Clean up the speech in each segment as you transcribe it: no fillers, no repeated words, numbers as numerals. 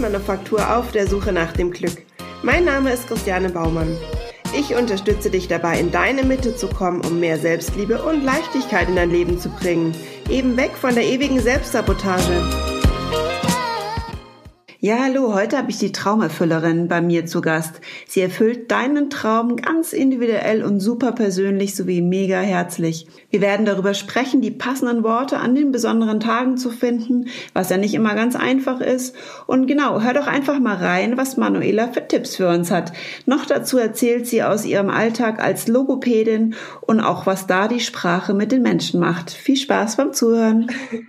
Erfolgsmanufaktur auf der Suche nach dem Glück. Mein Name ist Christiane Baumann. Ich unterstütze dich dabei, in deine Mitte zu kommen, um mehr Selbstliebe und Leichtigkeit in dein Leben zu bringen. Eben weg von der ewigen Selbstsabotage. Ja, hallo, heute habe ich die Traumerfüllerin bei mir zu Gast. Sie erfüllt deinen Traum ganz individuell und super persönlich sowie mega herzlich. Wir werden darüber sprechen, die passenden Worte an den besonderen Tagen zu finden, was ja nicht immer ganz einfach ist. Und genau, hör doch einfach mal rein, was Manuela für Tipps für uns hat. Noch dazu erzählt sie aus ihrem Alltag als Logopädin und auch, was da die Sprache mit den Menschen macht. Viel Spaß beim Zuhören.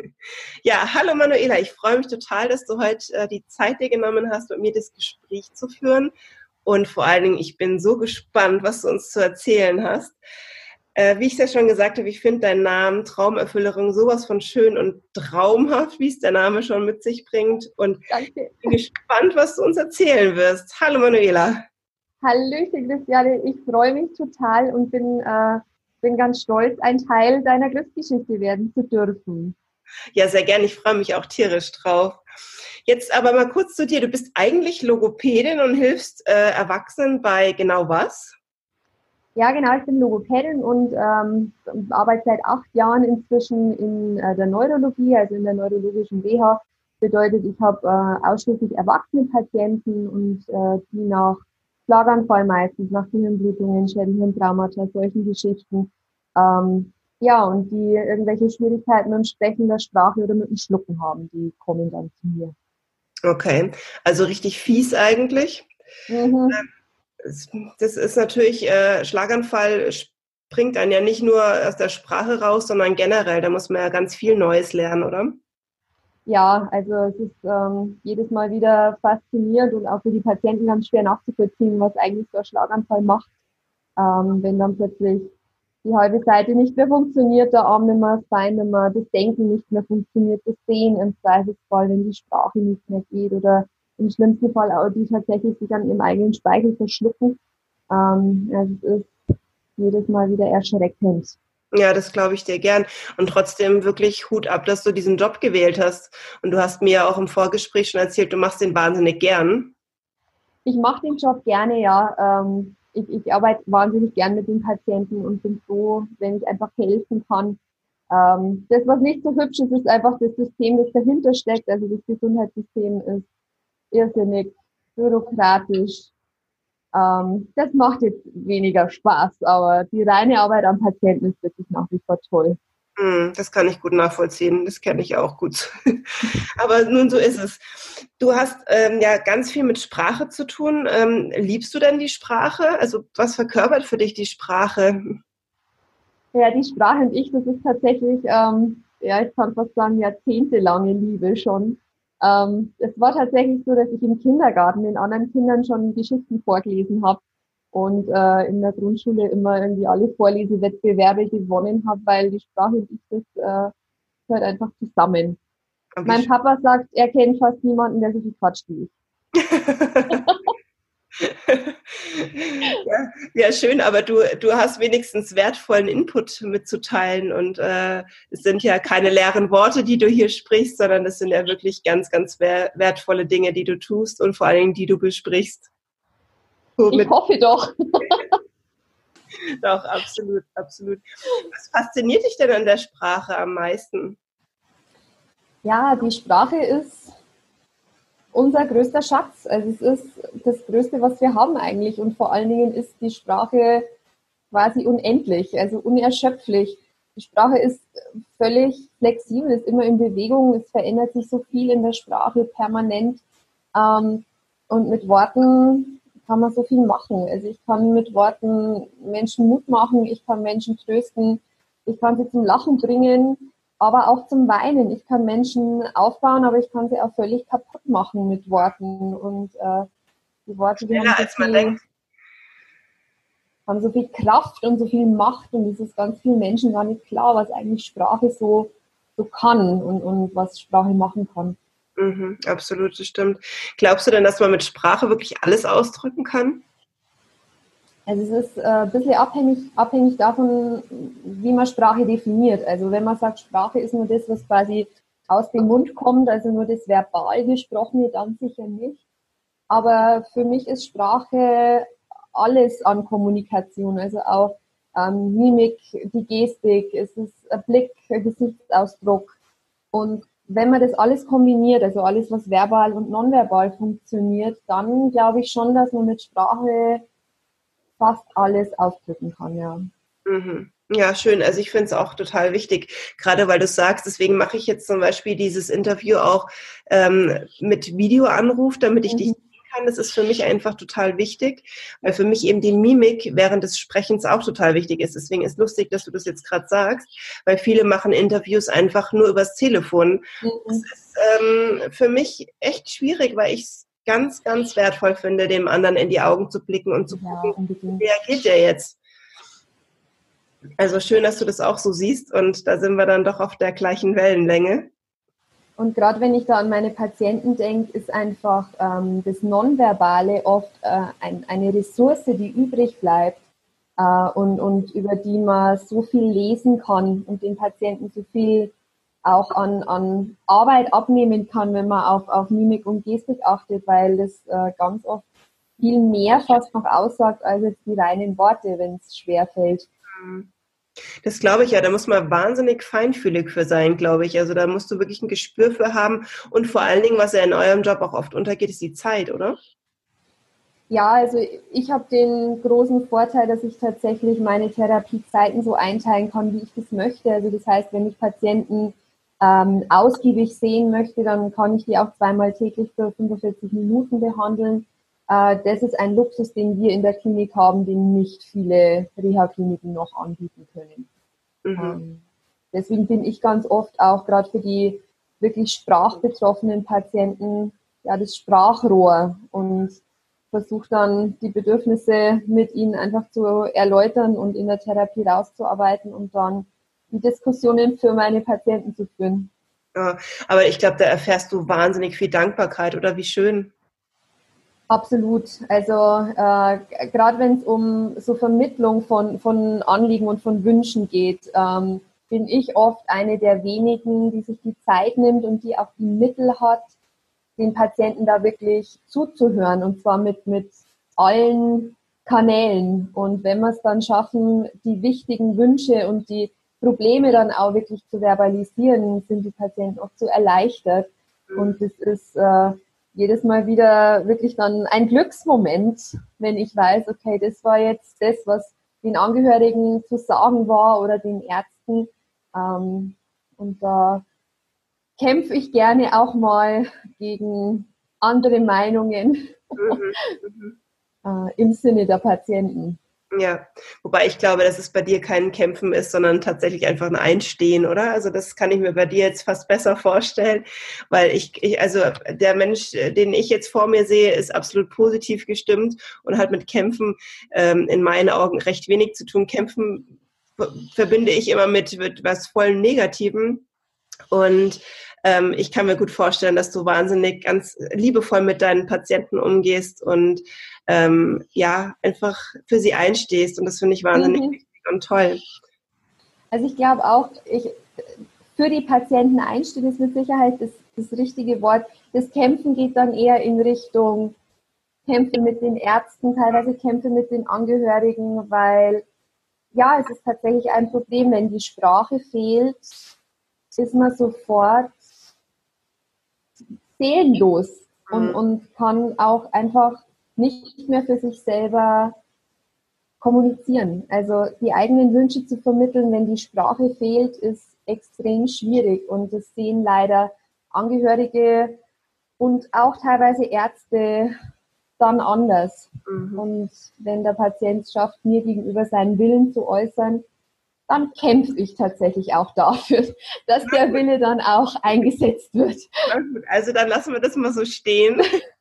Ja, hallo Manuela, ich freue mich total, dass du heute die Zeit dir genommen hast, mit mir das Gespräch zu führen. Und vor allen Dingen, ich bin so gespannt, was du uns zu erzählen hast. Wie ich es ja schon gesagt habe, ich finde deinen Namen Traumerfüllerin sowas von schön und traumhaft, wie es der Name schon mit sich bringt. Und Danke. Ich bin gespannt, was du uns erzählen wirst. Hallo Manuela. Hallöchen Christiane, ich freue mich total und bin ganz stolz, ein Teil deiner Glücksgeschichte werden zu dürfen. Ja, sehr gern. Ich freue mich auch tierisch drauf. Jetzt aber mal kurz zu dir. Du bist eigentlich Logopädin und hilfst Erwachsenen bei genau was? Ja, genau. Ich bin Logopädin und arbeite seit 8 Jahren inzwischen in der Neurologie, also in der neurologischen Reha. Bedeutet, ich habe ausschließlich erwachsene Patienten und die nach Schlaganfall meistens, nach Gehirnblutungen, Schädelhirntraumata, solchen Geschichten. Ja, und die irgendwelche Schwierigkeiten mit dem Sprechen der Sprache oder mit dem Schlucken haben, die kommen dann zu mir. Okay, also richtig fies eigentlich. Mhm. Das ist natürlich, Schlaganfall springt einen ja nicht nur aus der Sprache raus, sondern generell, da muss man ja ganz viel Neues lernen, oder? Ja, also es ist jedes Mal wieder faszinierend und auch für die Patienten ganz schwer nachzuvollziehen, was eigentlich so ein Schlaganfall macht, wenn dann plötzlich die halbe Seite nicht mehr funktioniert, der Arm nicht mehr, das Bein nicht mehr, das Denken nicht mehr funktioniert, das Sehen im Zweifelsfall, wenn die Sprache nicht mehr geht oder im schlimmsten Fall auch die tatsächlich sich an ihrem eigenen Speichel verschlucken. Also es ist jedes Mal wieder erschreckend. Ja, das glaube ich dir gern. Und trotzdem wirklich Hut ab, dass du diesen Job gewählt hast. Und du hast mir ja auch im Vorgespräch schon erzählt, du machst den wahnsinnig gern. Ich mache den Job gerne, ja. Ich arbeite wahnsinnig gern mit den Patienten und bin froh, wenn ich einfach helfen kann. Das, was nicht so hübsch ist, ist einfach das System, das dahinter steckt. Also das Gesundheitssystem ist irrsinnig bürokratisch. Das macht jetzt weniger Spaß, aber die reine Arbeit am Patienten ist wirklich nach wie vor toll. Das kann ich gut nachvollziehen. Das kenne ich auch gut. Aber nun, so ist es. Du hast ja ganz viel mit Sprache zu tun. Liebst du denn die Sprache? Also was verkörpert für dich die Sprache? Ja, die Sprache und ich, das ist tatsächlich, ja, ich kann fast sagen, jahrzehntelange Liebe schon. Es war tatsächlich so, dass ich im Kindergarten den anderen Kindern schon Geschichten vorgelesen habe und in der Grundschule immer irgendwie alle Vorlesewettbewerbe gewonnen habe, weil die Sprache und ich, das gehört einfach zusammen. Mein Papa sagt, er kennt fast niemanden, der so viel quatscht wie ich. Ja, ja, schön, aber du hast wenigstens wertvollen Input mitzuteilen und es sind ja keine leeren Worte, die du hier sprichst, sondern es sind ja wirklich ganz, ganz wertvolle Dinge, die du tust und vor allen Dingen, die du besprichst. Ich hoffe doch. Doch, absolut, absolut. Was fasziniert dich denn an der Sprache am meisten? Ja, die Sprache ist unser größter Schatz. Also es ist das Größte, was wir haben eigentlich. Und vor allen Dingen ist die Sprache quasi unendlich, also unerschöpflich. Die Sprache ist völlig flexibel, ist immer in Bewegung. Es verändert sich so viel in der Sprache permanent. Und mit Worten kann man so viel machen. Also ich kann mit Worten Menschen Mut machen, ich kann Menschen trösten, ich kann sie zum Lachen bringen, aber auch zum Weinen. Ich kann Menschen aufbauen, aber ich kann sie auch völlig kaputt machen mit Worten. Und die Worte, die haben so viel Kraft und so viel Macht und es ist ganz vielen Menschen gar nicht klar, was eigentlich Sprache so kann und was Sprache machen kann. Absolut, das stimmt. Glaubst du denn, dass man mit Sprache wirklich alles ausdrücken kann? Also es ist ein bisschen abhängig davon, wie man Sprache definiert. Also wenn man sagt, Sprache ist nur das, was quasi aus dem Mund kommt, also nur das verbal Gesprochene ganz sicher nicht. Aber für mich ist Sprache alles an Kommunikation, also auch Mimik, die Gestik, es ist ein Blick, ein Gesichtsausdruck. Und wenn man das alles kombiniert, also alles, was verbal und nonverbal funktioniert, dann glaube ich schon, dass man mit Sprache fast alles ausdrücken kann, ja. Mhm. Ja, schön. Also ich finde es auch total wichtig, gerade weil du sagst, deswegen mache ich jetzt zum Beispiel dieses Interview auch mit Videoanruf, damit ich dich sehen kann. Das ist für mich einfach total wichtig, weil für mich eben die Mimik während des Sprechens auch total wichtig ist. Deswegen ist lustig, dass du das jetzt gerade sagst, weil viele machen Interviews einfach nur übers Telefon. Das ist für mich echt schwierig, weil ich es ganz, ganz wertvoll finde, dem anderen in die Augen zu blicken und zu gucken, wie reagiert der jetzt. Also schön, dass du das auch so siehst und da sind wir dann doch auf der gleichen Wellenlänge. Und gerade wenn ich da an meine Patienten denke, ist einfach das Nonverbale oft eine Ressource, die übrig bleibt und über die man so viel lesen kann und den Patienten so viel auch an Arbeit abnehmen kann, wenn man auf Mimik und Gestik achtet, weil das ganz oft viel mehr fast noch aussagt als jetzt die reinen Worte, wenn es schwerfällt. Das glaube ich ja, da muss man wahnsinnig feinfühlig für sein, glaube ich. Also da musst du wirklich ein Gespür für haben und vor allen Dingen, was ja in eurem Job auch oft untergeht, ist die Zeit, oder? Ja, also ich habe den großen Vorteil, dass ich tatsächlich meine Therapiezeiten so einteilen kann, wie ich das möchte. Also das heißt, wenn ich Patienten ausgiebig sehen möchte, dann kann ich die auch zweimal täglich für 45 Minuten behandeln. Das ist ein Luxus, den wir in der Klinik haben, den nicht viele Reha-Kliniken noch anbieten können. Deswegen bin ich ganz oft auch gerade für die wirklich sprachbetroffenen Patienten ja das Sprachrohr und versuche dann die Bedürfnisse mit ihnen einfach zu erläutern und in der Therapie rauszuarbeiten und dann die Diskussionen für meine Patienten zu führen. Ja, aber ich glaube, da erfährst du wahnsinnig viel Dankbarkeit, oder wie schön. Absolut. Also gerade wenn es um so Vermittlung von Anliegen und von Wünschen geht, bin ich oft eine der wenigen, die sich die Zeit nimmt und die auch die Mittel hat, den Patienten da wirklich zuzuhören und zwar mit allen Kanälen. Und wenn wir es dann schaffen, die wichtigen Wünsche und die Probleme dann auch wirklich zu verbalisieren, sind die Patienten oft so erleichtert. Und das ist jedes Mal wieder wirklich dann ein Glücksmoment, wenn ich weiß, okay, das war jetzt das, was den Angehörigen zu sagen war oder den Ärzten. Und da kämpfe ich gerne auch mal gegen andere Meinungen im Sinne der Patienten. Ja, wobei ich glaube, dass es bei dir kein Kämpfen ist, sondern tatsächlich einfach ein Einstehen, oder? Also das kann ich mir bei dir jetzt fast besser vorstellen, weil also der Mensch, den ich jetzt vor mir sehe, ist absolut positiv gestimmt und hat mit Kämpfen in meinen Augen recht wenig zu tun. Kämpfen verbinde ich immer mit was voll Negativem. Und ich kann mir gut vorstellen, dass du wahnsinnig ganz liebevoll mit deinen Patienten umgehst und ja, einfach für sie einstehst. Und das finde ich wahnsinnig wichtig und toll. Also ich glaube auch, für die Patienten einstehen ist mit Sicherheit das richtige Wort. Das Kämpfen geht dann eher in Richtung Kämpfe mit den Ärzten, teilweise Kämpfe mit den Angehörigen, weil ja, es ist tatsächlich ein Problem, wenn die Sprache fehlt, ist man sofort seelenlos und kann auch einfach nicht mehr für sich selber kommunizieren. Also die eigenen Wünsche zu vermitteln, wenn die Sprache fehlt, ist extrem schwierig und das sehen leider Angehörige und auch teilweise Ärzte dann anders. Und wenn der Patient es schafft, mir gegenüber seinen Willen zu äußern, dann kämpfe ich tatsächlich auch dafür, dass der Wille dann auch eingesetzt wird. Also dann lassen wir das mal so stehen.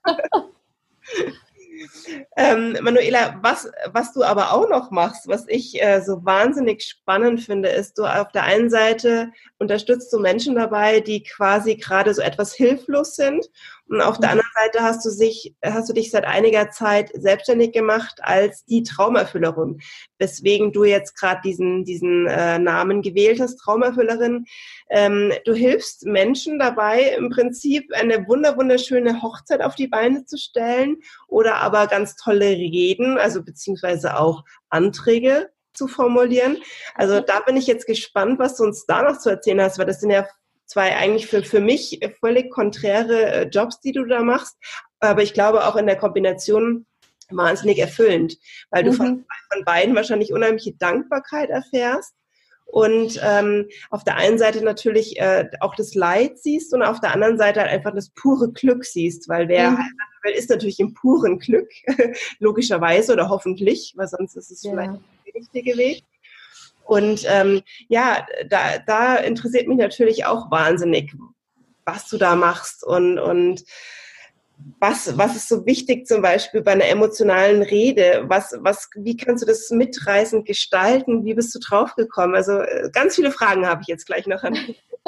Manuela, was du aber auch noch machst, was ich so wahnsinnig spannend finde, ist, du auf der einen Seite unterstützt du Menschen dabei, die quasi gerade so etwas hilflos sind Und auf der anderen Seite hast du dich seit einiger Zeit selbstständig gemacht als die Traumerfüllerin, weswegen du jetzt gerade diesen Namen gewählt hast, Traumerfüllerin. Du hilfst Menschen dabei, im Prinzip eine wunderschöne Hochzeit auf die Beine zu stellen oder aber ganz tolle Reden, also beziehungsweise auch Anträge zu formulieren. Also da bin ich jetzt gespannt, was du uns da noch zu erzählen hast, weil das sind ja zwei eigentlich für mich völlig konträre Jobs, die du da machst, aber ich glaube auch in der Kombination wahnsinnig erfüllend, weil du von beiden wahrscheinlich unheimliche Dankbarkeit erfährst und auf der einen Seite natürlich auch das Leid siehst und auf der anderen Seite halt einfach das pure Glück siehst, weil wer heiraten will, ist natürlich im puren Glück, logischerweise oder hoffentlich, weil sonst ist es vielleicht der richtige Weg. Und da interessiert mich natürlich auch wahnsinnig, was du da machst und was ist so wichtig zum Beispiel bei einer emotionalen Rede? Wie kannst du das mitreißend gestalten? Wie bist du draufgekommen? Also ganz viele Fragen habe ich jetzt gleich noch an.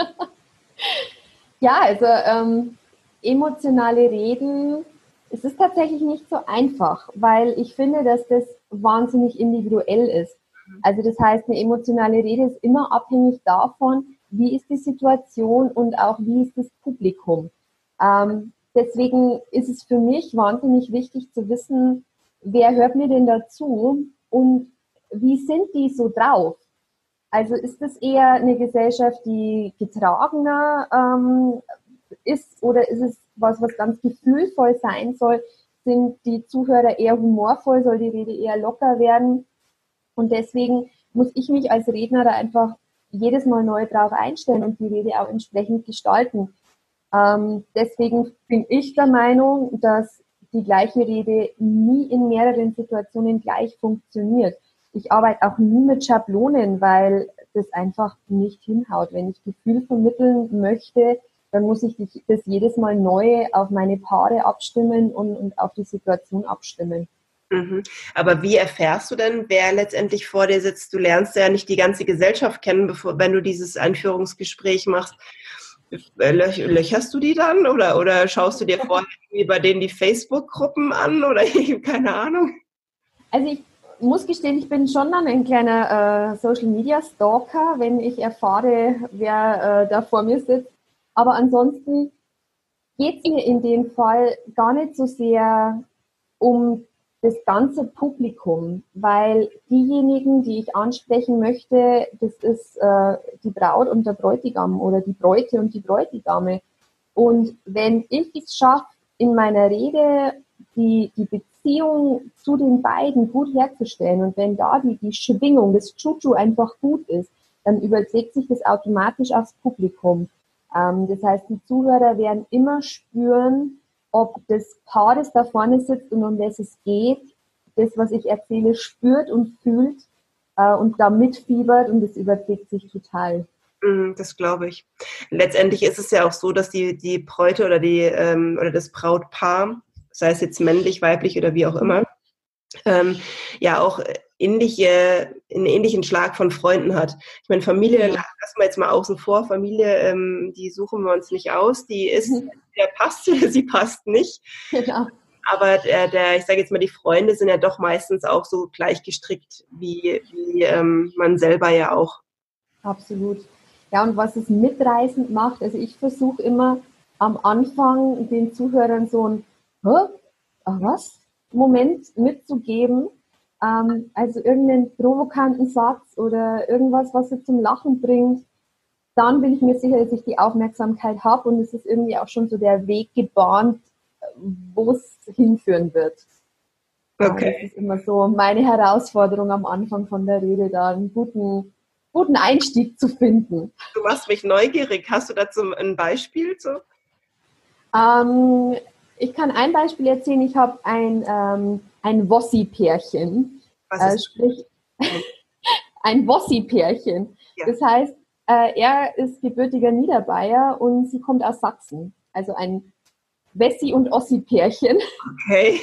Ja, also emotionale Reden, es ist tatsächlich nicht so einfach, weil ich finde, dass das wahnsinnig individuell ist. Also das heißt, eine emotionale Rede ist immer abhängig davon, wie ist die Situation und auch wie ist das Publikum. Deswegen ist es für mich wahnsinnig wichtig zu wissen, wer hört mir denn dazu und wie sind die so drauf? Also ist das eher eine Gesellschaft, die getragener ist oder ist es was ganz gefühlvoll sein soll? Sind die Zuhörer eher humorvoll, soll die Rede eher locker werden? Und deswegen muss ich mich als Redner da einfach jedes Mal neu drauf einstellen und die Rede auch entsprechend gestalten. Deswegen bin ich der Meinung, dass die gleiche Rede nie in mehreren Situationen gleich funktioniert. Ich arbeite auch nie mit Schablonen, weil das einfach nicht hinhaut. Wenn ich Gefühl vermitteln möchte, dann muss ich das jedes Mal neu auf meine Paare abstimmen und auf die Situation abstimmen. Aber wie erfährst du denn, wer letztendlich vor dir sitzt? Du lernst ja nicht die ganze Gesellschaft kennen, wenn du dieses Einführungsgespräch machst. Löcherst du die dann oder schaust du dir vorher bei denen die Facebook-Gruppen an oder keine Ahnung? Also ich muss gestehen, ich bin schon dann ein kleiner Social-Media-Stalker, wenn ich erfahre, wer da vor mir sitzt. Aber ansonsten geht es mir in dem Fall gar nicht so sehr um das ganze Publikum, weil diejenigen, die ich ansprechen möchte, das ist die Braut und der Bräutigam oder die Bräute und die Bräutigame. Und wenn ich es schaffe, in meiner Rede die Beziehung zu den beiden gut herzustellen und wenn da die Schwingung, das Juju einfach gut ist, dann überträgt sich das automatisch aufs Publikum. Das heißt, die Zuhörer werden immer spüren, ob das Paar, das da vorne sitzt und um das es geht, das, was ich erzähle, spürt und fühlt und da mitfiebert und das überträgt sich total. Das glaube ich. Letztendlich ist es ja auch so, dass die Bräute oder oder das Brautpaar, sei es jetzt männlich, weiblich oder wie auch immer, ja auch einen ähnlichen Schlag von Freunden hat. Ich meine, Familie, lassen wir jetzt mal außen vor, Familie, die suchen wir uns nicht aus, die ist, der passt oder sie passt nicht. Genau. Aber ich sage jetzt mal, die Freunde sind ja doch meistens auch so gleich gestrickt wie man selber ja auch. Absolut. Ja, und was es mitreißend macht, also ich versuche immer am Anfang den Zuhörern so ein Moment mitzugeben. Also irgendeinen provokanten Satz oder irgendwas, was sie zum Lachen bringt. Dann bin ich mir sicher, dass ich die Aufmerksamkeit habe und es ist irgendwie auch schon so der Weg gebahnt, wo es hinführen wird. Okay. Das ist immer so meine Herausforderung am Anfang von der Rede, da einen guten Einstieg zu finden. Du machst mich neugierig. Hast du dazu ein Beispiel? So? Ich kann ein Beispiel erzählen. Ich habe ein Wossi-Pärchen. Sprich, ein Wossi-Pärchen. Ja. Das heißt, er ist gebürtiger Niederbayer und sie kommt aus Sachsen. Also ein Wessi- und Ossi-Pärchen. Okay.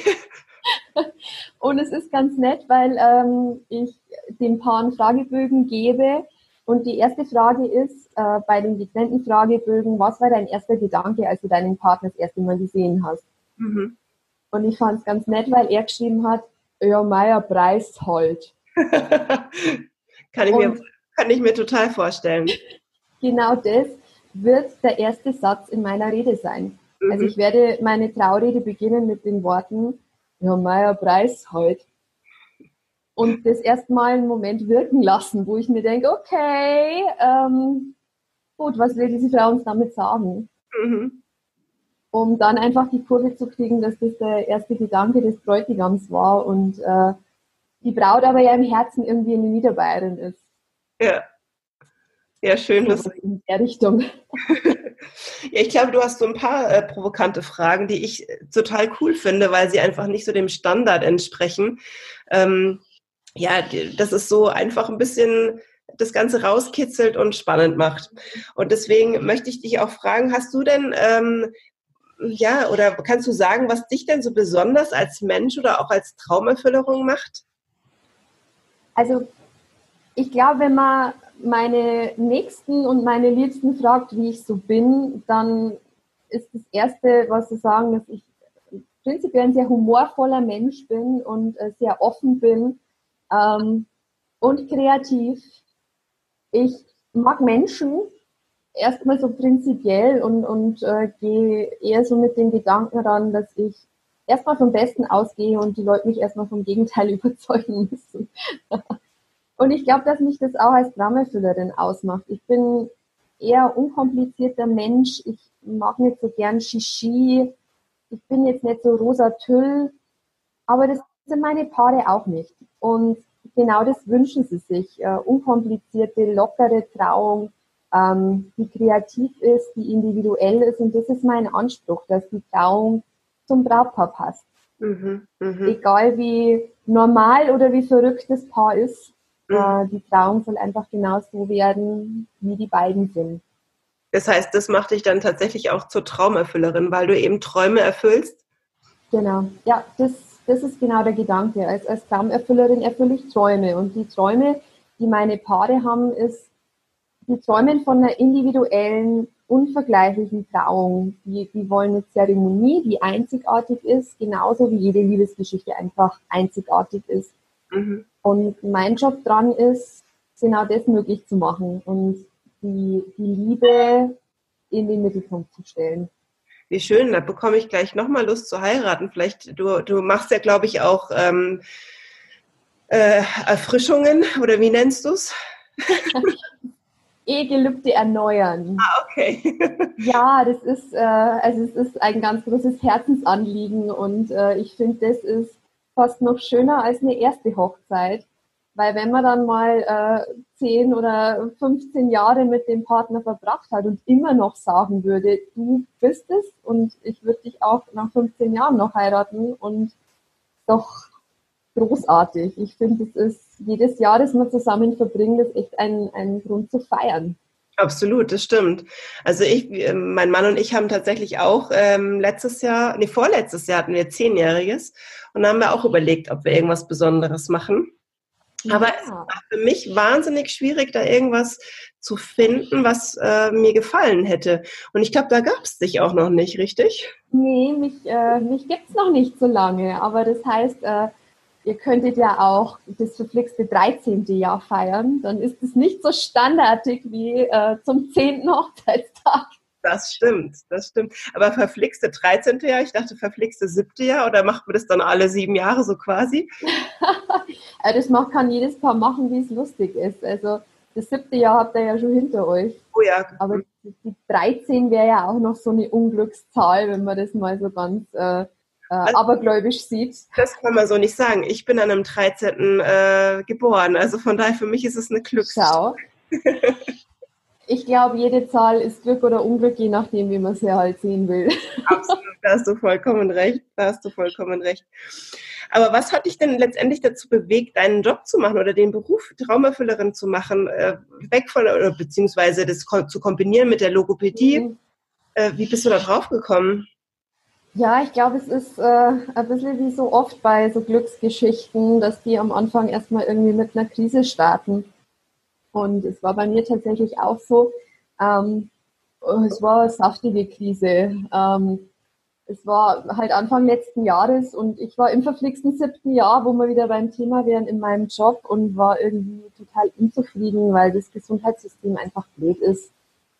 Und es ist ganz nett, weil ich den Paaren Fragebögen gebe Und die erste Frage ist, bei den getrennten Fragebögen, was war dein erster Gedanke, als du deinen Partner das erste Mal gesehen hast? Mhm. Und ich fand es ganz nett, weil er geschrieben hat, ja, Meier Preis halt. Kann ich mir total vorstellen. Genau das wird der erste Satz in meiner Rede sein. Mhm. Also ich werde meine Traurede beginnen mit den Worten, ja, Meier Preis halt. Und das erstmal einen Moment wirken lassen, wo ich mir denke, okay, gut, was will diese Frau uns damit sagen? Mhm. Um dann einfach die Kurve zu kriegen, dass das der erste Gedanke des Bräutigams war und die Braut aber ja im Herzen irgendwie eine Niederbayerin ist. Ja. Ja, schön. So in der Richtung. Ja, ich glaube, du hast so ein paar provokante Fragen, die ich total cool finde, weil sie einfach nicht so dem Standard entsprechen. Ja, das ist so einfach ein bisschen das Ganze rauskitzelt und spannend macht. Und deswegen möchte ich dich auch fragen, hast du denn, ja, oder kannst du sagen, was dich denn so besonders als Mensch oder auch als Traumerfüllerung macht? Also ich glaube, wenn man meine Nächsten und meine Liebsten fragt, wie ich so bin, dann ist das Erste, was sie sagen, dass ich prinzipiell ein sehr humorvoller Mensch bin und sehr offen bin und kreativ. Ich mag Menschen erstmal so prinzipiell und gehe eher so mit dem Gedanken ran, dass ich erstmal vom Besten ausgehe und die Leute mich erstmal vom Gegenteil überzeugen müssen. Und ich glaube, dass mich das auch als Dramenerfüllerin ausmacht. Ich bin eher unkomplizierter Mensch. Ich mag nicht so gern Shishi. Ich bin jetzt nicht so rosa Tüll. Aber das sind meine Paare auch nicht. Und genau das wünschen sie sich. Unkomplizierte, lockere Trauung, die kreativ ist, die individuell ist. Und das ist mein Anspruch, dass die Trauung zum Brautpaar passt. Mhm, Egal wie normal oder wie verrückt das Paar ist. Die Trauung soll einfach genauso werden, wie die beiden sind. Das heißt, das macht dich dann tatsächlich auch zur Traumerfüllerin, weil du eben Träume erfüllst? Genau, ja, das ist genau der Gedanke. Als Traumerfüllerin erfülle ich Träume. Und die Träume, die meine Paare haben, die träumen von einer individuellen, unvergleichlichen Trauung. Die wollen eine Zeremonie, die einzigartig ist, genauso wie jede Liebesgeschichte einfach einzigartig ist. Mhm. Und mein Job dran ist, genau das möglich zu machen und die Liebe in den Mittelpunkt zu stellen. Wie schön, da bekomme ich gleich nochmal Lust zu heiraten. Vielleicht, du machst ja, glaube ich, auch Erfrischungen, oder wie nennst du es? Ehegelübde erneuern. Ah, okay. Ja, das ist, also es ist ein ganz großes Herzensanliegen und ich finde, das ist fast noch schöner als eine erste Hochzeit. Weil wenn man dann mal 10 oder 15 Jahre mit dem Partner verbracht hat und immer noch sagen würde, du bist es und ich würde dich auch nach 15 Jahren noch heiraten und doch großartig. Ich finde, es ist jedes Jahr, das man zusammen verbringt, ist echt ein Grund zu feiern. Absolut, das stimmt. Also mein Mann und ich haben tatsächlich auch vorletztes Jahr hatten wir 10-Jähriges und da haben wir auch überlegt, ob wir irgendwas Besonderes machen. Aber es war für mich wahnsinnig schwierig, da irgendwas zu finden, was mir gefallen hätte. Und ich glaube, da gab es dich auch noch nicht, richtig? Nee, mich gibt es noch nicht so lange, aber das heißt, ihr könntet ja auch das verflixte 13. Jahr feiern, dann ist es nicht so standardig wie zum 10. Hochzeitstag. Das stimmt, das stimmt. Aber verflixte 13. Jahr, ich dachte verflixte 7. Jahr, oder macht man das dann alle 7 Jahre so quasi? Das kann jedes Paar machen, wie es lustig ist. Also das 7. Jahr habt ihr ja schon hinter euch. Oh ja. Aber die 13 wäre ja auch noch so eine Unglückszahl, wenn man das mal so ganz abergläubisch sieht. Das kann man so nicht sagen. Ich bin an einem 13. Geboren, also von daher für mich ist es eine Glückszahl. Schau. Ich glaube, jede Zahl ist Glück oder Unglück, je nachdem, wie man sie halt sehen will. Absolut, da hast du vollkommen recht. Aber was hat dich denn letztendlich dazu bewegt, deinen Job zu machen oder den Beruf Traumerfüllerin zu machen, weg von, oder beziehungsweise das zu kombinieren mit der Logopädie? Wie bist du da drauf gekommen? Ja, ich glaube, es ist ein bisschen wie so oft bei so Glücksgeschichten, dass die am Anfang erstmal irgendwie mit einer Krise starten. Und es war bei mir tatsächlich auch so, es war eine saftige Krise. Es war halt Anfang letzten Jahres und ich war im verflixten 7. Jahr, wo wir wieder beim Thema wären, in meinem Job und war irgendwie total unzufrieden, weil das Gesundheitssystem einfach blöd ist.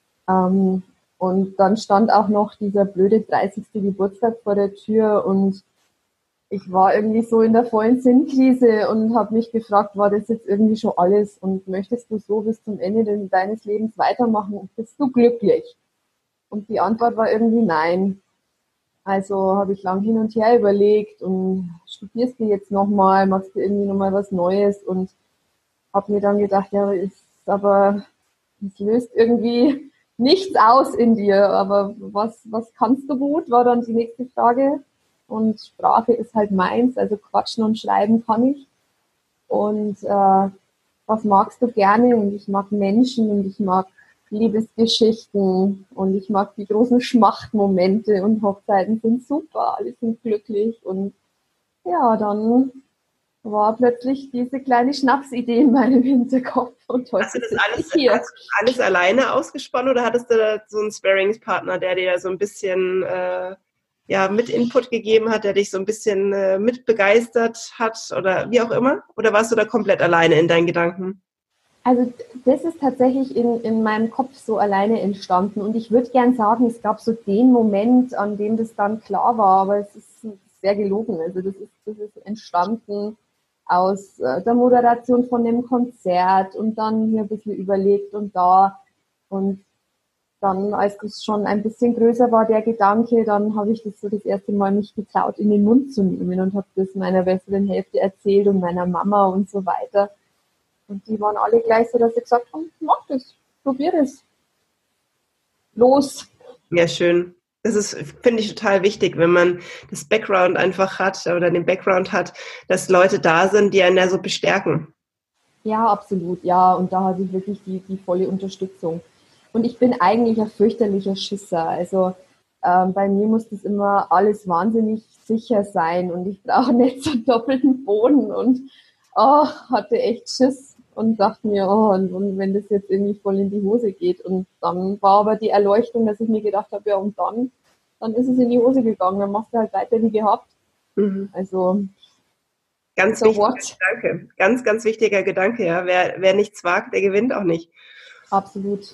Und dann stand auch noch dieser blöde 30. Geburtstag vor der Tür und ich war irgendwie so in der vollen Sinnkrise und habe mich gefragt, war das jetzt irgendwie schon alles und möchtest du so bis zum Ende deines Lebens weitermachen und bist du glücklich? Und die Antwort war irgendwie nein. Also habe ich lang hin und her überlegt und studierst du jetzt nochmal, machst du irgendwie nochmal was Neues und habe mir dann gedacht, ja, aber es löst irgendwie nichts aus in dir, aber was kannst du gut, war dann die nächste Frage. Und Sprache ist halt meins, also quatschen und schreiben kann ich. Und was magst du gerne? Und ich mag Menschen und ich mag Liebesgeschichten und ich mag die großen Schmachtmomente und Hochzeiten sind super, alle sind glücklich. Und ja, dann war plötzlich diese kleine Schnapsidee in meinem Hinterkopf und heute Hast du das hier. alles alleine ausgesponnen oder hattest du da so einen Sparringspartner, der dir so ein bisschen mit Input gegeben hat, der dich so ein bisschen mit begeistert hat oder wie auch immer? Oder warst du da komplett alleine in deinen Gedanken? Also das ist tatsächlich in meinem Kopf so alleine entstanden und ich würde gern sagen, es gab so den Moment, an dem das dann klar war, aber es ist sehr gelogen. Also das ist entstanden aus der Moderation von dem Konzert und dann hier ein bisschen überlegt und da und dann, als das schon ein bisschen größer war, der Gedanke, dann habe ich das so das erste Mal mich getraut, in den Mund zu nehmen und habe das meiner besseren Hälfte erzählt und meiner Mama und so weiter. Und die waren alle gleich so, dass sie gesagt haben, mach das, probier das. Los. Ja, schön. Das ist, finde ich, total wichtig, wenn man das Background einfach hat oder den Background hat, dass Leute da sind, die einen da so bestärken. Ja, absolut, ja. Und da hatte ich wirklich die volle Unterstützung. Und ich bin eigentlich ein fürchterlicher Schisser. Also bei mir muss das immer alles wahnsinnig sicher sein und ich brauche nicht so einen doppelten Boden und hatte echt Schiss und dachte mir, und wenn das jetzt irgendwie voll in die Hose geht. Und dann war aber die Erleuchtung, dass ich mir gedacht habe, ja, und dann ist es in die Hose gegangen, dann machst du halt weiter wie gehabt. Mhm. Also ganz wichtiger Gedanke. Ganz, ganz wichtiger Gedanke, ja. Wer nichts wagt, der gewinnt auch nicht. Absolut.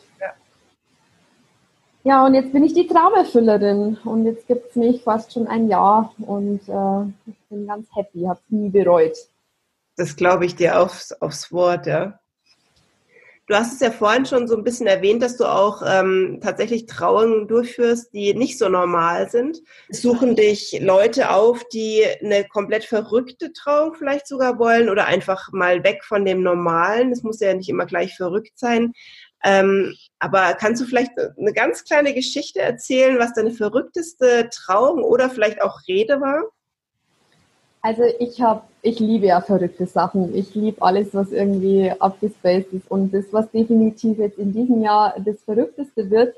Ja, und jetzt bin ich die Traumerfüllerin und jetzt gibt es mich fast schon ein Jahr und ich bin ganz happy, habe es nie bereut. Das glaube ich dir aufs Wort, ja. Du hast es ja vorhin schon so ein bisschen erwähnt, dass du auch tatsächlich Trauungen durchführst, die nicht so normal sind. Suchen dich Leute auf, die eine komplett verrückte Trauung vielleicht sogar wollen oder einfach mal weg von dem Normalen. Es muss ja nicht immer gleich verrückt sein. Aber kannst du vielleicht eine ganz kleine Geschichte erzählen, was deine verrückteste Trauung oder vielleicht auch Rede war? Also ich liebe ja verrückte Sachen. Ich liebe alles, was irgendwie abgespaced ist. Und das, was definitiv jetzt in diesem Jahr das Verrückteste wird,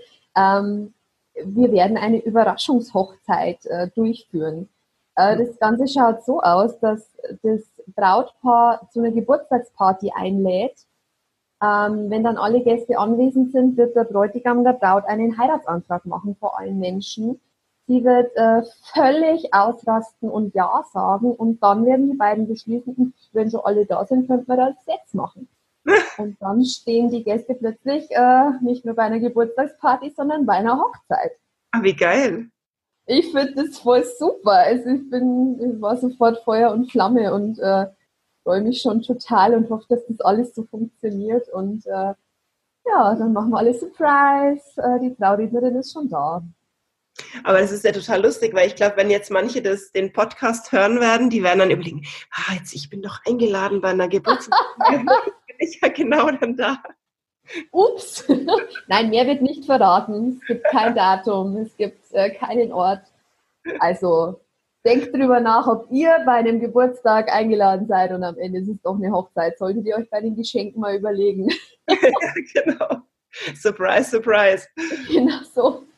wir werden eine Überraschungshochzeit durchführen. Das Ganze schaut so aus, dass das Brautpaar zu einer Geburtstagsparty einlädt. Wenn dann alle Gäste anwesend sind, wird der Bräutigam der Braut einen Heiratsantrag machen vor allen Menschen. Sie wird völlig ausrasten und Ja sagen und dann werden die beiden beschließen, wenn schon alle da sind, könnten wir das jetzt machen. Und dann stehen die Gäste plötzlich nicht nur bei einer Geburtstagsparty, sondern bei einer Hochzeit. Ach, wie geil. Ich finde das voll super. Also ich war sofort Feuer und Flamme und freue mich schon total und hoffe, dass das alles so funktioniert. Und dann machen wir alle Surprise. Die Traurednerin ist schon da. Aber das ist ja total lustig, weil ich glaube, wenn jetzt manche den Podcast hören werden, die werden dann überlegen, ich bin doch eingeladen bei einer Geburtstagsfeier. Bin ich ja genau dann da. Ups. Nein, mehr wird nicht verraten. Es gibt kein Datum, es gibt keinen Ort. Also denkt drüber nach, ob ihr bei einem Geburtstag eingeladen seid und am Ende ist es doch eine Hochzeit. Solltet ihr euch bei den Geschenken mal überlegen. Ja, genau. Surprise, surprise. Genau so.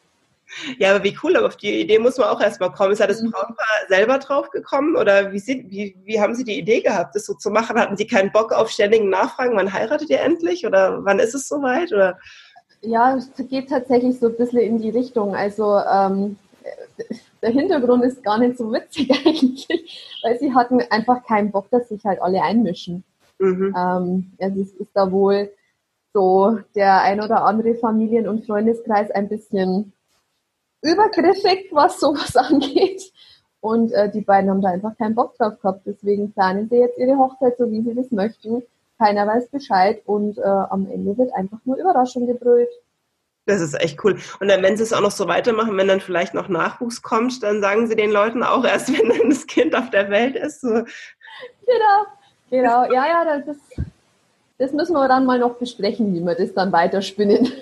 Ja, aber wie cool, aber auf die Idee muss man auch erstmal kommen. Ist ja das Brautpaar selber drauf gekommen oder wie haben Sie die Idee gehabt, das so zu machen? Hatten Sie keinen Bock auf ständigen Nachfragen, wann heiratet ihr endlich oder wann ist es soweit? Oder? Ja, es geht tatsächlich so ein bisschen in die Richtung. Also der Hintergrund ist gar nicht so witzig eigentlich, weil sie hatten einfach keinen Bock, dass sich halt alle einmischen. Also es ist da wohl so der ein oder andere Familien- und Freundeskreis ein bisschen übergriffig, was sowas angeht. Und die beiden haben da einfach keinen Bock drauf gehabt. Deswegen planen sie jetzt ihre Hochzeit so, wie sie das möchten. Keiner weiß Bescheid und am Ende wird einfach nur Überraschung gebrüllt. Das ist echt cool. Und dann, wenn Sie es auch noch so weitermachen, wenn dann vielleicht noch Nachwuchs kommt, dann sagen Sie den Leuten auch erst, wenn dann das Kind auf der Welt ist. So. Genau. Ja, das müssen wir dann mal noch besprechen, wie wir das dann weiterspinnen.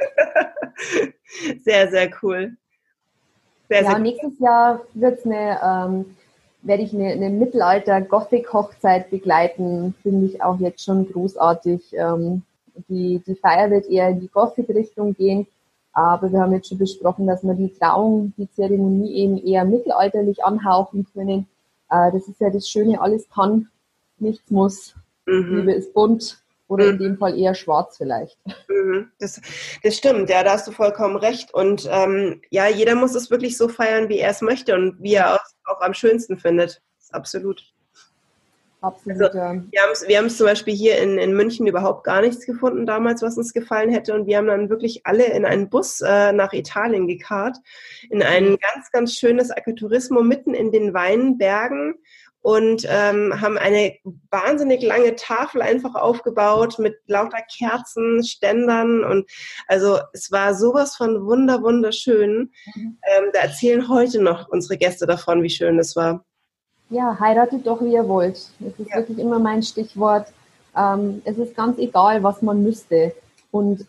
Sehr, sehr cool. Sehr cool. Nächstes Jahr werde ich eine Mittelalter-Gothic-Hochzeit begleiten. Finde ich auch jetzt schon großartig. Die Feier wird eher in die Gothic-Richtung gehen. Aber wir haben jetzt schon besprochen, dass wir die Trauung, die Zeremonie eben eher mittelalterlich anhauchen können. Das ist ja das Schöne, alles kann, nichts muss. Liebe ist bunt oder in dem Fall eher schwarz vielleicht. Das stimmt, ja, da hast du vollkommen recht. Und ja, jeder muss es wirklich so feiern, wie er es möchte und wie er es auch am schönsten findet. Absolut. Absolut, also, wir haben es zum Beispiel hier in München überhaupt gar nichts gefunden damals, was uns gefallen hätte. Und wir haben dann wirklich alle in einen Bus nach Italien gekarrt, in ein ganz, ganz schönes Agriturismo mitten in den Weinbergen und haben eine wahnsinnig lange Tafel einfach aufgebaut mit lauter Kerzen, Ständern. Und also es war sowas von wunderschön. Da erzählen heute noch unsere Gäste davon, wie schön es war. Ja, heiratet doch, wie ihr wollt. Das ist wirklich immer mein Stichwort. Es ist ganz egal, was man müsste. Und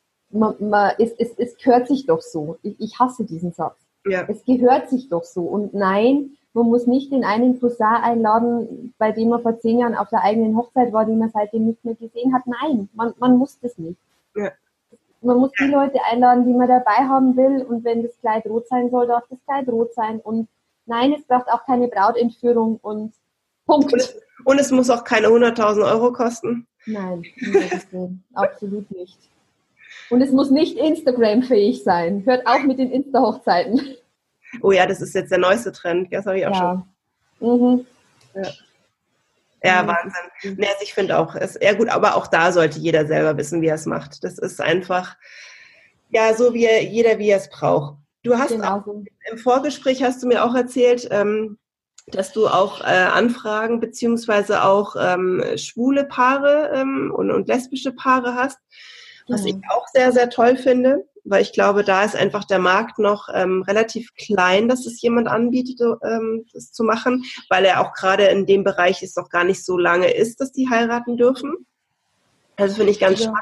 es gehört sich doch so. Ich hasse diesen Satz. Ja. Es gehört sich doch so. Und nein, man muss nicht den einen Cousin einladen, bei dem man vor 10 Jahren auf der eigenen Hochzeit war, den man seitdem nicht mehr gesehen hat. Nein, man muss das nicht. Ja. Man muss die Leute einladen, die man dabei haben will. Und wenn das Kleid rot sein soll, darf das Kleid rot sein. Und nein, es braucht auch keine Brautentführung und Punkt. Und es muss auch keine 100.000 Euro kosten. Nein, absolut nicht. Und es muss nicht Instagram-fähig sein. Hört auch mit den Insta-Hochzeiten. Oh ja, das ist jetzt der neueste Trend. Das habe ich auch schon. Ja, Wahnsinn. Also ich finde auch, gut, aber auch da sollte jeder selber wissen, wie er es macht. Das ist einfach, ja, so wie jeder, wie er es braucht. Du hast auch, im Vorgespräch hast du mir auch erzählt, dass du auch Anfragen beziehungsweise auch schwule Paare und lesbische Paare hast, was ich auch sehr, sehr toll finde, weil ich glaube, da ist einfach der Markt noch relativ klein, dass es jemand anbietet, das zu machen, weil er auch gerade in dem Bereich es noch gar nicht so lange ist, dass die heiraten dürfen. Also finde ich ganz spannend.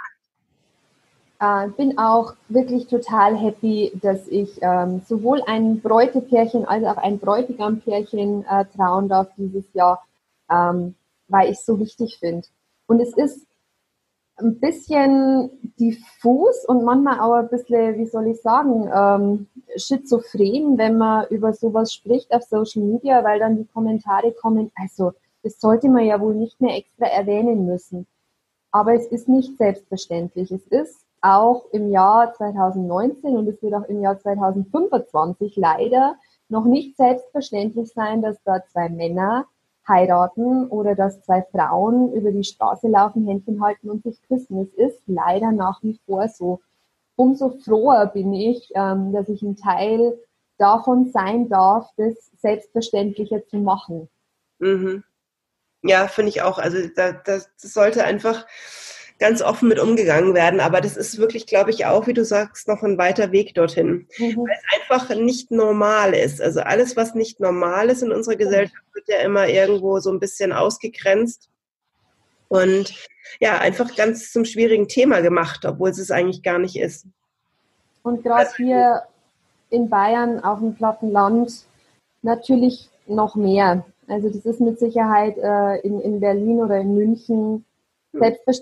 Bin auch wirklich total happy, dass ich sowohl ein Bräutepärchen als auch ein Bräutigampärchen trauen darf dieses Jahr, weil ich es so wichtig finde. Und es ist ein bisschen diffus und manchmal auch ein bisschen, wie soll ich sagen, schizophren, wenn man über sowas spricht auf Social Media, weil dann die Kommentare kommen, also das sollte man ja wohl nicht mehr extra erwähnen müssen. Aber es ist nicht selbstverständlich. Es ist auch im Jahr 2019 und es wird auch im Jahr 2025 leider noch nicht selbstverständlich sein, dass da 2 Männer heiraten oder dass 2 Frauen über die Straße laufen, Händchen halten und sich küssen. Es ist leider nach wie vor so. Umso froher bin ich, dass ich ein Teil davon sein darf, das selbstverständlicher zu machen. Mhm. Ja, finde ich auch. Also das sollte einfach ganz offen mit umgegangen werden. Aber das ist wirklich, glaube ich, auch, wie du sagst, noch ein weiter Weg dorthin. Weil es einfach nicht normal ist. Also alles, was nicht normal ist in unserer Gesellschaft, wird ja immer irgendwo so ein bisschen ausgegrenzt. Und ja, einfach ganz zum schwierigen Thema gemacht, obwohl es eigentlich gar nicht ist. Und gerade hier in Bayern auf dem platten Land natürlich noch mehr. Also das ist mit Sicherheit in Berlin oder in München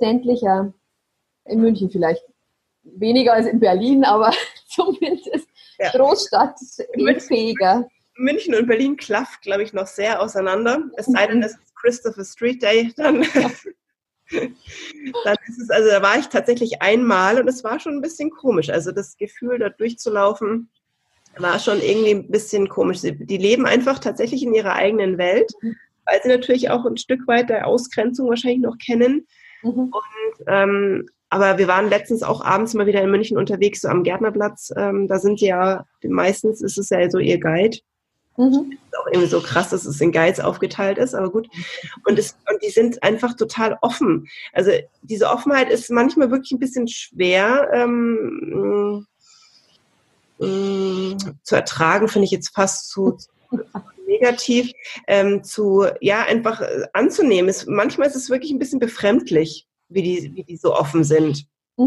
selbstverständlicher. In München vielleicht weniger als in Berlin, aber zumindest Ja. Großstadt fähiger. München und Berlin klafft, glaube ich, noch sehr auseinander. Es sei denn, es ist Christopher Street Day, dann dann ist es, also da war ich tatsächlich einmal und es war schon ein bisschen komisch. Also das Gefühl, da durchzulaufen, war schon irgendwie ein bisschen komisch. Die leben einfach tatsächlich in ihrer eigenen Welt, weil sie natürlich auch ein Stück weit der Ausgrenzung wahrscheinlich noch kennen. Und aber wir waren letztens auch abends mal wieder in München unterwegs, so am Gärtnerplatz. Da sind sie ja, meistens ist es ja so ihr Guide. Ist auch irgendwie so krass, dass es in Guides aufgeteilt ist, aber gut. Und die sind einfach total offen. Also diese Offenheit ist manchmal wirklich ein bisschen schwer zu ertragen, finde ich jetzt fast zu negativ, einfach anzunehmen. Manchmal ist es wirklich ein bisschen befremdlich, wie die so offen sind.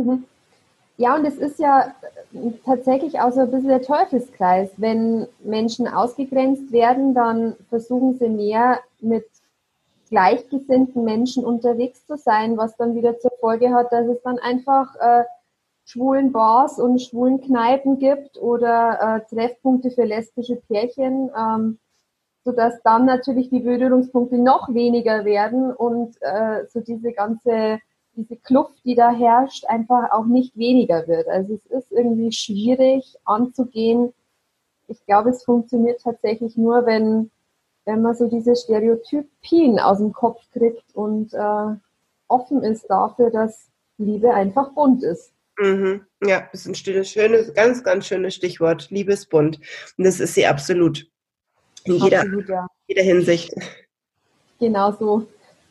Ja, und es ist ja tatsächlich auch so ein bisschen der Teufelskreis. Wenn Menschen ausgegrenzt werden, dann versuchen sie mehr mit gleichgesinnten Menschen unterwegs zu sein, was dann wieder zur Folge hat, dass es dann einfach schwulen Bars und schwulen Kneipen gibt oder Treffpunkte für lesbische Pärchen, sodass dann natürlich die Berührungspunkte noch weniger werden und so diese Kluft, die da herrscht, einfach auch nicht weniger wird. Also es ist irgendwie schwierig anzugehen. Ich glaube, es funktioniert tatsächlich nur, wenn man so diese Stereotypien aus dem Kopf kriegt und offen ist dafür, dass Liebe einfach bunt ist. Ja, das ist ein schönes, ganz, ganz schönes Stichwort. Liebe ist bunt. Und das ist sie absolut. In jeder Hinsicht. Genau so.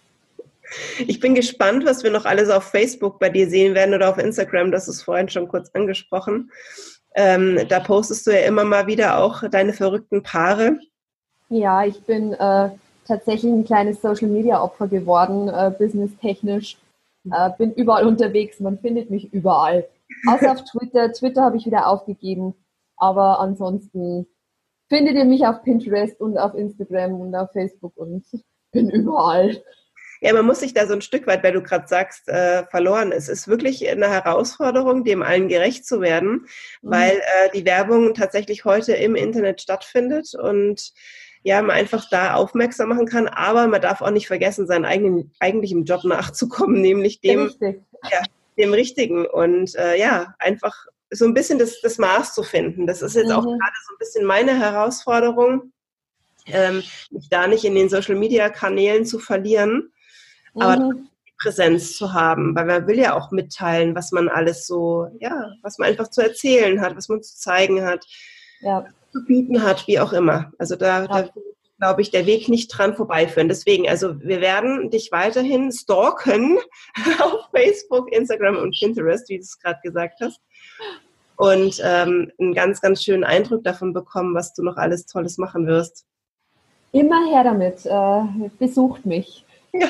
Ich bin gespannt, was wir noch alles auf Facebook bei dir sehen werden oder auf Instagram. Das ist vorhin schon kurz angesprochen. Da postest du ja immer mal wieder auch deine verrückten Paare. Ja, ich bin tatsächlich ein kleines Social-Media-Opfer geworden, businesstechnisch. Bin überall unterwegs, man findet mich überall. Außer auf Twitter. Twitter habe ich wieder aufgegeben. Aber ansonsten findet ihr mich auf Pinterest und auf Instagram und auf Facebook und bin überall. Ja, man muss sich da so ein Stück weit, weil du gerade sagst, verloren. Es ist wirklich eine Herausforderung, dem allen gerecht zu werden, weil die Werbung tatsächlich heute im Internet stattfindet und ja, man einfach da aufmerksam machen kann, aber man darf auch nicht vergessen, seinen eigentlichen Job nachzukommen, nämlich dem Richtigen und einfach so ein bisschen das Maß zu finden. Das ist jetzt auch gerade so ein bisschen meine Herausforderung, mich da nicht in den Social-Media-Kanälen zu verlieren, aber die Präsenz zu haben, weil man will ja auch mitteilen, was man alles so, was man einfach zu erzählen hat, was man zu zeigen hat, zu bieten hat, wie auch immer. Also da glaube ich, der Weg nicht dran vorbeiführen. Deswegen, also wir werden dich weiterhin stalken auf Facebook, Instagram und Pinterest, wie du es gerade gesagt hast. Und einen ganz, ganz schönen Eindruck davon bekommen, was du noch alles Tolles machen wirst. Immer her damit. Besucht mich. Ja.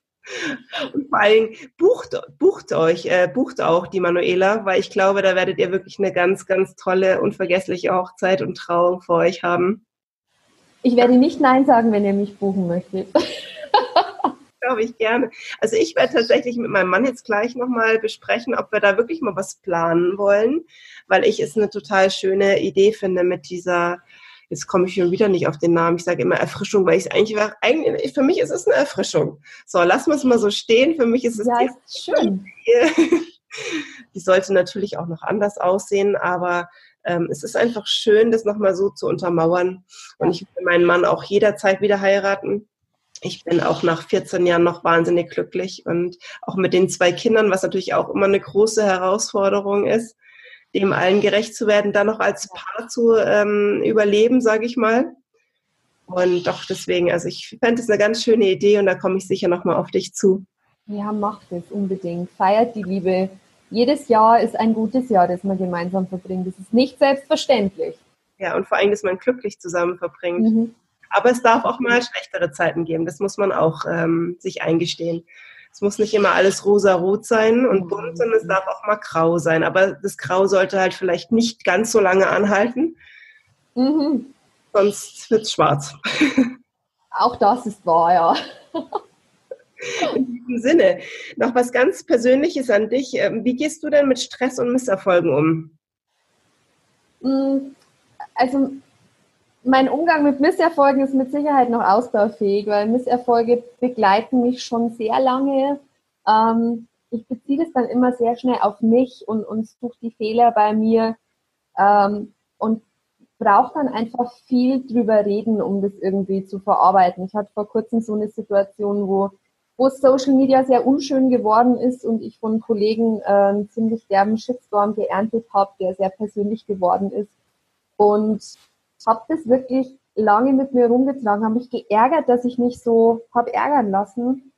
Und vor allem bucht auch die Manuela, weil ich glaube, da werdet ihr wirklich eine ganz, ganz tolle, unvergessliche Hochzeit und Trauung vor euch haben. Ich werde nicht Nein sagen, wenn ihr mich buchen möchtet. Glaube ich gerne. Also ich werde tatsächlich mit meinem Mann jetzt gleich nochmal besprechen, ob wir da wirklich mal was planen wollen, weil ich es eine total schöne Idee finde mit dieser, jetzt komme ich schon wieder nicht auf den Namen, ich sage immer Erfrischung, weil ich es eigentlich, für mich ist es eine Erfrischung. So, lassen wir es mal so stehen, für mich ist es ist schön. Die sollte natürlich auch noch anders aussehen, aber es ist einfach schön, das nochmal so zu untermauern. Und ich will meinen Mann auch jederzeit wieder heiraten. Ich bin auch nach 14 Jahren noch wahnsinnig glücklich und auch mit den 2 Kindern, was natürlich auch immer eine große Herausforderung ist, dem allen gerecht zu werden, dann noch als Paar zu überleben, sage ich mal. Und doch deswegen, also ich fände es eine ganz schöne Idee und da komme ich sicher nochmal auf dich zu. Ja, macht es unbedingt. Feiert die Liebe. Jedes Jahr ist ein gutes Jahr, das man gemeinsam verbringt. Das ist nicht selbstverständlich. Ja, und vor allem, dass man glücklich zusammen verbringt. Aber es darf auch mal schlechtere Zeiten geben. Das muss man auch sich eingestehen. Es muss nicht immer alles rosa-rot sein und bunt, sondern es darf auch mal grau sein. Aber das Grau sollte halt vielleicht nicht ganz so lange anhalten. Sonst wird es schwarz. Auch das ist wahr, ja. In diesem Sinne, noch was ganz Persönliches an dich. Wie gehst du denn mit Stress und Misserfolgen um? Also mein Umgang mit Misserfolgen ist mit Sicherheit noch ausbaufähig, weil Misserfolge begleiten mich schon sehr lange. Ich beziehe das dann immer sehr schnell auf mich und suche die Fehler bei mir und brauche dann einfach viel drüber reden, um das irgendwie zu verarbeiten. Ich hatte vor kurzem so eine Situation, wo Social Media sehr unschön geworden ist und ich von Kollegen einen ziemlich derben Shitstorm geerntet habe, der sehr persönlich geworden ist. Und habe das wirklich lange mit mir rumgetragen, habe mich geärgert, dass ich mich so habe ärgern lassen.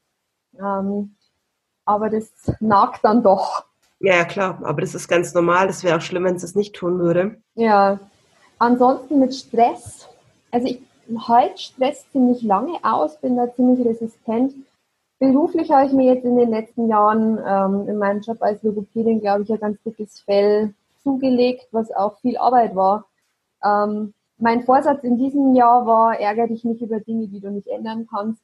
Aber das nagt dann doch. Ja, klar, aber das ist ganz normal. Das wäre auch schlimm, wenn es das nicht tun würde. Ja, ansonsten mit Stress. Also ich halte Stress ziemlich lange aus, bin da ziemlich resistent. Beruflich habe ich mir jetzt in den letzten Jahren in meinem Job als Logopädin, glaube ich, ein ganz dickes Fell zugelegt, was auch viel Arbeit war. Mein Vorsatz in diesem Jahr war, ärgere dich nicht über Dinge, die du nicht ändern kannst.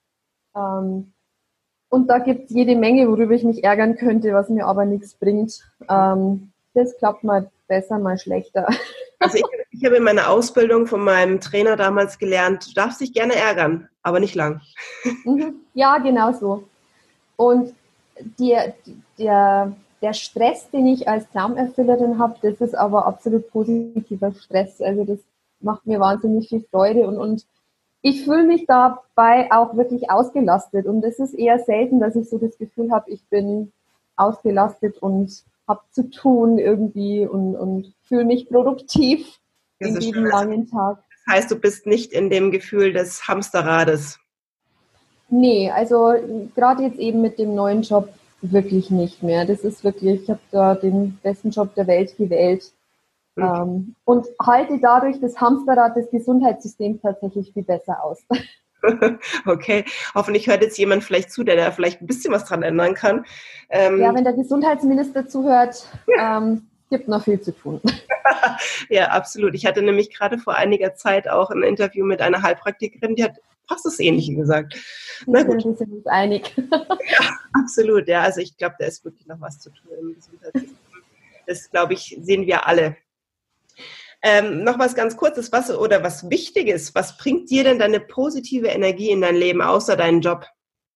Und da gibt es jede Menge, worüber ich mich ärgern könnte, was mir aber nichts bringt. Das klappt mal besser, mal schlechter. Also ich habe in meiner Ausbildung von meinem Trainer damals gelernt, du darfst dich gerne ärgern, aber nicht lang. Ja, genau so. Und der Stress, den ich als Traumerfüllerin habe, das ist aber absolut positiver Stress. Also das macht mir wahnsinnig viel Freude und ich fühle mich dabei auch wirklich ausgelastet. Und es ist eher selten, dass ich so das Gefühl habe, ich bin ausgelastet und habe zu tun irgendwie und fühle mich produktiv in jedem langen Tag. Das heißt, du bist nicht in dem Gefühl des Hamsterrades. Nee, also gerade jetzt eben mit dem neuen Job wirklich nicht mehr. Das ist wirklich, ich habe da den besten Job der Welt gewählt. Okay. Und halte dadurch das Hamsterrad des Gesundheitssystems tatsächlich viel besser aus. Okay, hoffentlich hört jetzt jemand vielleicht zu, der da vielleicht ein bisschen was dran ändern kann. Ja, wenn der Gesundheitsminister zuhört, gibt noch viel zu tun. Ja, absolut. Ich hatte nämlich gerade vor einiger Zeit auch ein Interview mit einer Heilpraktikerin, die hat fast das Ähnliche gesagt. Na gut. Wir sind uns einig. Ja, absolut. Ja, also ich glaube, da ist wirklich noch was zu tun im Gesundheitssystem. Das, glaube ich, sehen wir alle. Noch was ganz Kurzes, was Wichtiges. Was bringt dir denn deine positive Energie in dein Leben, außer deinen Job?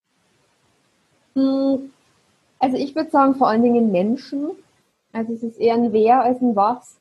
Also ich würde sagen, vor allen Dingen Menschen. Also es ist eher ein Wer als ein Was.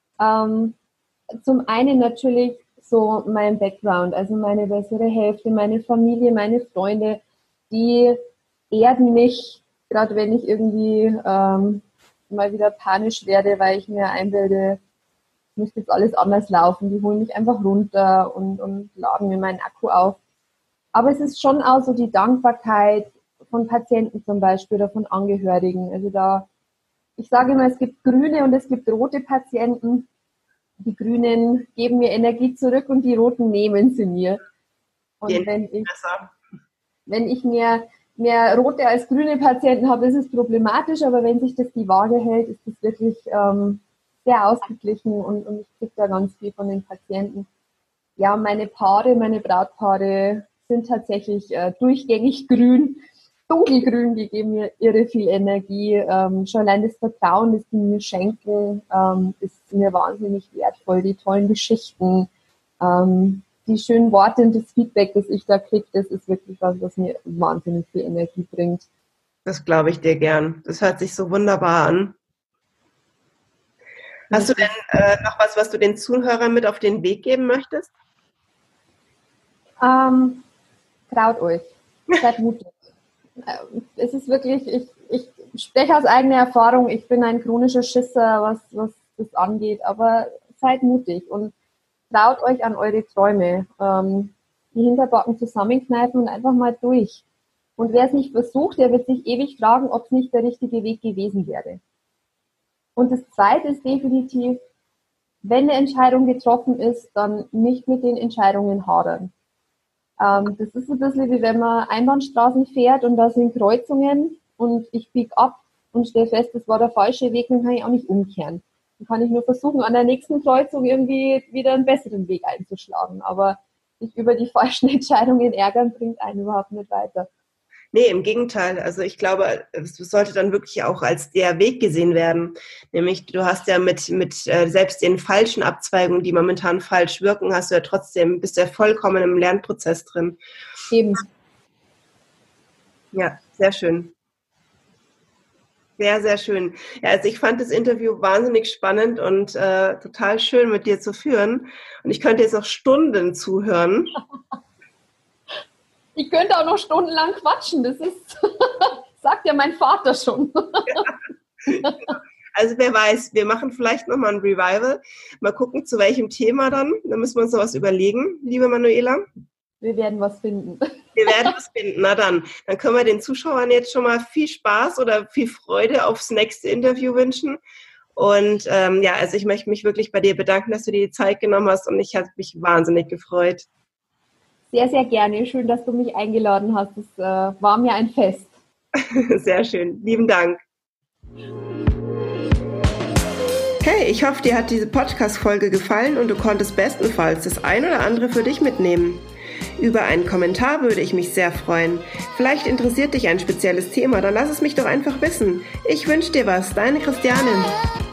Zum einen natürlich so mein Background, also meine bessere Hälfte, meine Familie, meine Freunde, die erden mich, gerade wenn ich irgendwie mal wieder panisch werde, weil ich mir einbilde, müsste jetzt alles anders laufen. Die holen mich einfach runter und laden mir meinen Akku auf. Aber es ist schon auch so die Dankbarkeit von Patienten zum Beispiel oder von Angehörigen. Also ich sage immer, es gibt grüne und es gibt rote Patienten. Die Grünen geben mir Energie zurück und die Roten nehmen sie mir. Und wenn ich mehr rote als grüne Patienten habe, ist es problematisch, aber wenn sich das die Waage hält, ist es wirklich sehr ausgeglichen und ich kriege da ganz viel von den Patienten. Ja, meine Brautpaare sind tatsächlich durchgängig grün, dunkelgrün, die geben mir irre viel Energie. Schon allein das Vertrauen, das die mir schenken, ist mir wahnsinnig wertvoll. Die tollen Geschichten, die schönen Worte und das Feedback, das ich da kriege, das ist wirklich was mir wahnsinnig viel Energie bringt. Das glaube ich dir gern. Das hört sich so wunderbar an. Hast du denn noch was du den Zuhörern mit auf den Weg geben möchtest? Traut euch. Seid mutig. Es ist wirklich, ich spreche aus eigener Erfahrung, ich bin ein chronischer Schisser, was das angeht, aber seid mutig und traut euch an eure Träume. Die Hinterbacken zusammenkneifen und einfach mal durch. Und wer es nicht versucht, der wird sich ewig fragen, ob es nicht der richtige Weg gewesen wäre. Und das Zweite ist definitiv, wenn eine Entscheidung getroffen ist, dann nicht mit den Entscheidungen hadern. Das ist ein bisschen wie wenn man Einbahnstraßen fährt und da sind Kreuzungen und ich biege ab und stelle fest, das war der falsche Weg, dann kann ich auch nicht umkehren. Dann kann ich nur versuchen, an der nächsten Kreuzung irgendwie wieder einen besseren Weg einzuschlagen. Aber sich über die falschen Entscheidungen ärgern, bringt einen überhaupt nicht weiter. Nee, im Gegenteil. Also ich glaube, es sollte dann wirklich auch als der Weg gesehen werden. Nämlich, du hast ja mit selbst den falschen Abzweigungen, die momentan falsch wirken, hast du ja trotzdem, bist ja vollkommen im Lernprozess drin. Eben. Ja, sehr schön. Sehr, sehr schön. Ja, also ich fand das Interview wahnsinnig spannend und total schön mit dir zu führen. Und ich könnte jetzt noch Stunden zuhören. Ich könnte auch noch stundenlang quatschen, das ist, sagt ja mein Vater schon. Ja. Also wer weiß, wir machen vielleicht nochmal ein Revival. Mal gucken, zu welchem Thema dann. Da müssen wir uns noch was überlegen, liebe Manuela. Wir werden was finden. Wir werden was finden. Na dann können wir den Zuschauern jetzt schon mal viel Spaß oder viel Freude aufs nächste Interview wünschen. Und ja, also ich möchte mich wirklich bei dir bedanken, dass du dir die Zeit genommen hast und ich habe mich wahnsinnig gefreut. Sehr, sehr gerne. Schön, dass du mich eingeladen hast. Es war mir ein Fest. Sehr schön. Lieben Dank. Hey, ich hoffe, dir hat diese Podcast-Folge gefallen und du konntest bestenfalls das ein oder andere für dich mitnehmen. Über einen Kommentar würde ich mich sehr freuen. Vielleicht interessiert dich ein spezielles Thema, dann lass es mich doch einfach wissen. Ich wünsche dir was, deine Christianin.